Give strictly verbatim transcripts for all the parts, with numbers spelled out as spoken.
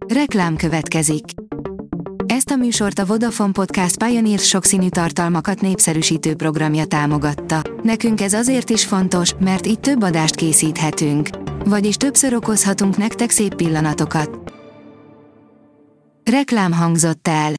Reklám következik. Ezt a műsort a Vodafone Podcast Pioneer sokszínű tartalmakat népszerűsítő programja támogatta. Nekünk ez azért is fontos, mert így több adást készíthetünk. Vagyis többször okozhatunk nektek szép pillanatokat. Reklám hangzott el.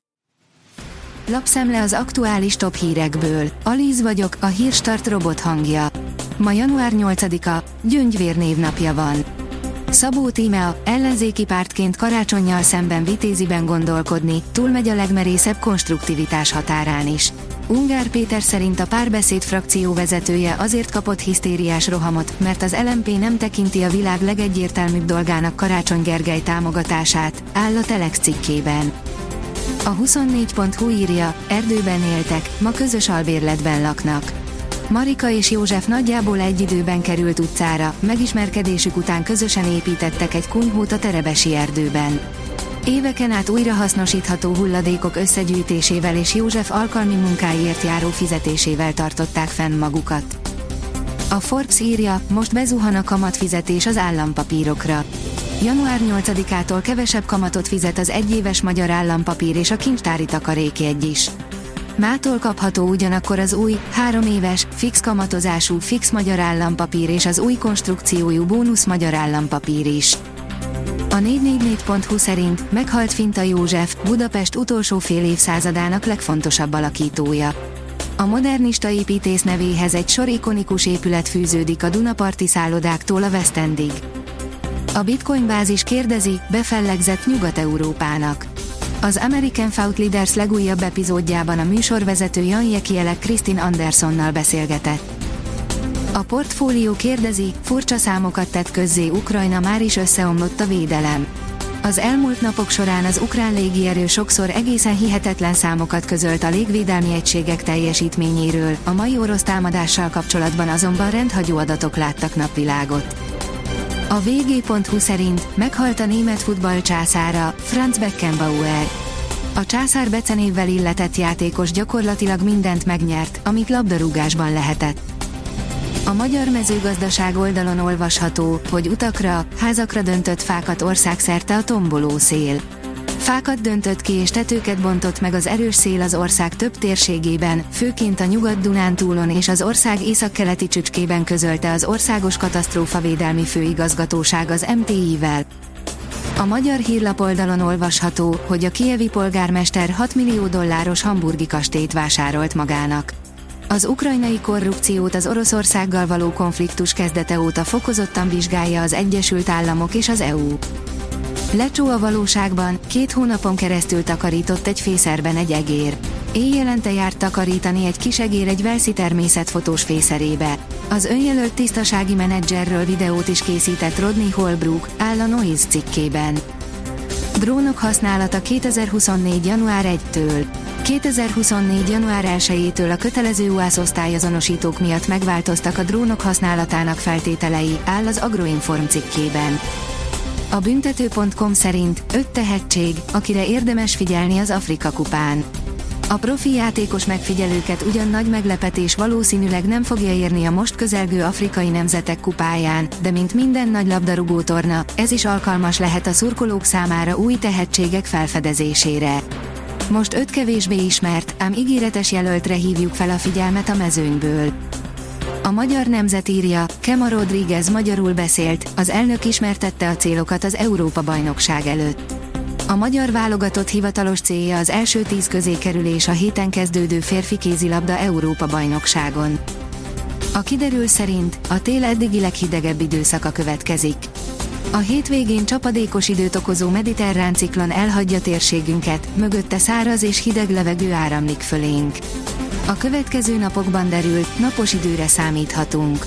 Lapszemle az aktuális top hírekből. Alíz vagyok, a Hírstart robot hangja. Ma január nyolcadika, Gyöngyvér névnapja van. Szabó Tímea, ellenzéki pártként Karácsonnyal szemben vitéziben gondolkodni, túlmegy a legmerészebb konstruktivitás határán is. Ungár Péter szerint a Párbeszéd frakció vezetője azért kapott hisztériás rohamot, mert az el em pé nem tekinti a világ legegyértelműbb dolgának Karácsony Gergely támogatását, áll a Telex cikkében. A huszonnégy pont hu írja, erdőben éltek, ma közös albérletben laknak. Marika és József nagyjából egy időben került utcára, megismerkedésük után közösen építettek egy kunyhót a Terebesi erdőben. Éveken át újrahasznosítható hulladékok összegyűjtésével és József alkalmi munkáiért járó fizetésével tartották fenn magukat. A Forbes írja, most bezuhan a kamatfizetés az állampapírokra. január nyolcadikától kevesebb kamatot fizet az egyéves magyar állampapír és a kincstári takarékjegy is. Mától kapható ugyanakkor az új, három éves, fix kamatozású fix magyar állampapír és az új konstrukciójú bónusz magyar állampapír is. A négy négy négy pont hu szerint meghalt Finta József, Budapest utolsó fél évszázadának legfontosabb alakítója. A modernista építész nevéhez egy sor ikonikus épület fűződik a dunaparti szállodáktól a West Endig. A Bitcoin bázis kérdezi, befellegzett Nyugat-Európának. Az American Thought Leaders legújabb epizódjában a műsorvezető Jan Jekielek Kristin Andersonnal beszélgetett. A Portfólió kérdezi, furcsa számokat tett közzé Ukrajna, már is összeomlott a védelem. Az elmúlt napok során az ukrán légierő sokszor egészen hihetetlen számokat közölt a légvédelmi egységek teljesítményéről, a mai orosz támadással kapcsolatban azonban rendhagyó adatok láttak napvilágot. A vé gé pont hu szerint meghalt a német futball császára, Franz Beckenbauer. A császár becenévvel illetett játékos gyakorlatilag mindent megnyert, amit labdarúgásban lehetett. A Magyar Mezőgazdaság oldalon olvasható, hogy utakra, házakra döntött fákat országszerte a tomboló szél. Fákat döntött ki és tetőket bontott meg az erős szél az ország több térségében, főként a Nyugat-Dunántúlon és az ország északkeleti csücskében, közölte az Országos Katasztrófavédelmi Főigazgatóság az em té i-vel. A Magyar Hírlap oldalon olvasható, hogy a kijevi polgármester hat millió dolláros hamburgi kastélyt vásárolt magának. Az ukrajnai korrupciót az Oroszországgal való konfliktus kezdete óta fokozottan vizsgálja az Egyesült Államok és az é u. Lecsó a valóságban, két hónapon keresztül takarított egy fészerben egy egér. Éjjelente járt takarítani egy kis egér egy walesi természetfotós fészerébe. Az önjelölt tisztasági menedzserről videót is készített Rodney Holbrook, áll a Noise cikkében. Drónok használata kétezer-huszonnégy. január elsejétől. kétezer-huszonnégy. január elsejétől a kötelező u á es osztályazonosítók miatt megváltoztak a drónok használatának feltételei, áll az Agroinform cikkében. A büntető pont com szerint öt tehetség, akire érdemes figyelni az Afrika kupán. A profi játékos megfigyelőket ugyan nagy meglepetés valószínűleg nem fogja érni a most közelgő afrikai nemzetek kupáján, de mint minden nagy labdarúgótorna, ez is alkalmas lehet a szurkolók számára új tehetségek felfedezésére. Most öt kevésbé ismert, ám ígéretes jelöltre hívjuk fel a figyelmet a mezőnyből. A Magyar Nemzet írja, Kema Rodríguez magyarul beszélt, az elnök ismertette a célokat az Európa-bajnokság előtt. A magyar válogatott hivatalos célja az első tíz közé kerülés a héten kezdődő férfi kézilabda Európa-bajnokságon. A kiderül szerint a tél eddigi leghidegebb időszaka következik. A hétvégén csapadékos időt okozó mediterrán ciklon elhagyja térségünket, mögötte száraz és hideg levegő áramlik fölénk. A következő napokban derült, napos időre számíthatunk.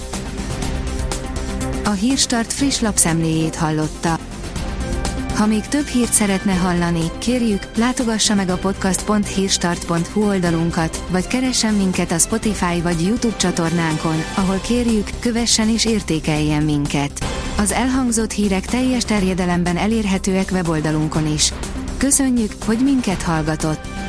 A Hírstart friss lapszemléjét hallotta. Ha még több hírt szeretne hallani, kérjük, látogassa meg a podcast pont hírstart pont hu oldalunkat, vagy keressen minket a Spotify vagy YouTube csatornánkon, ahol kérjük, kövessen és értékeljen minket. Az elhangzott hírek teljes terjedelemben elérhetőek weboldalunkon is. Köszönjük, hogy minket hallgatott!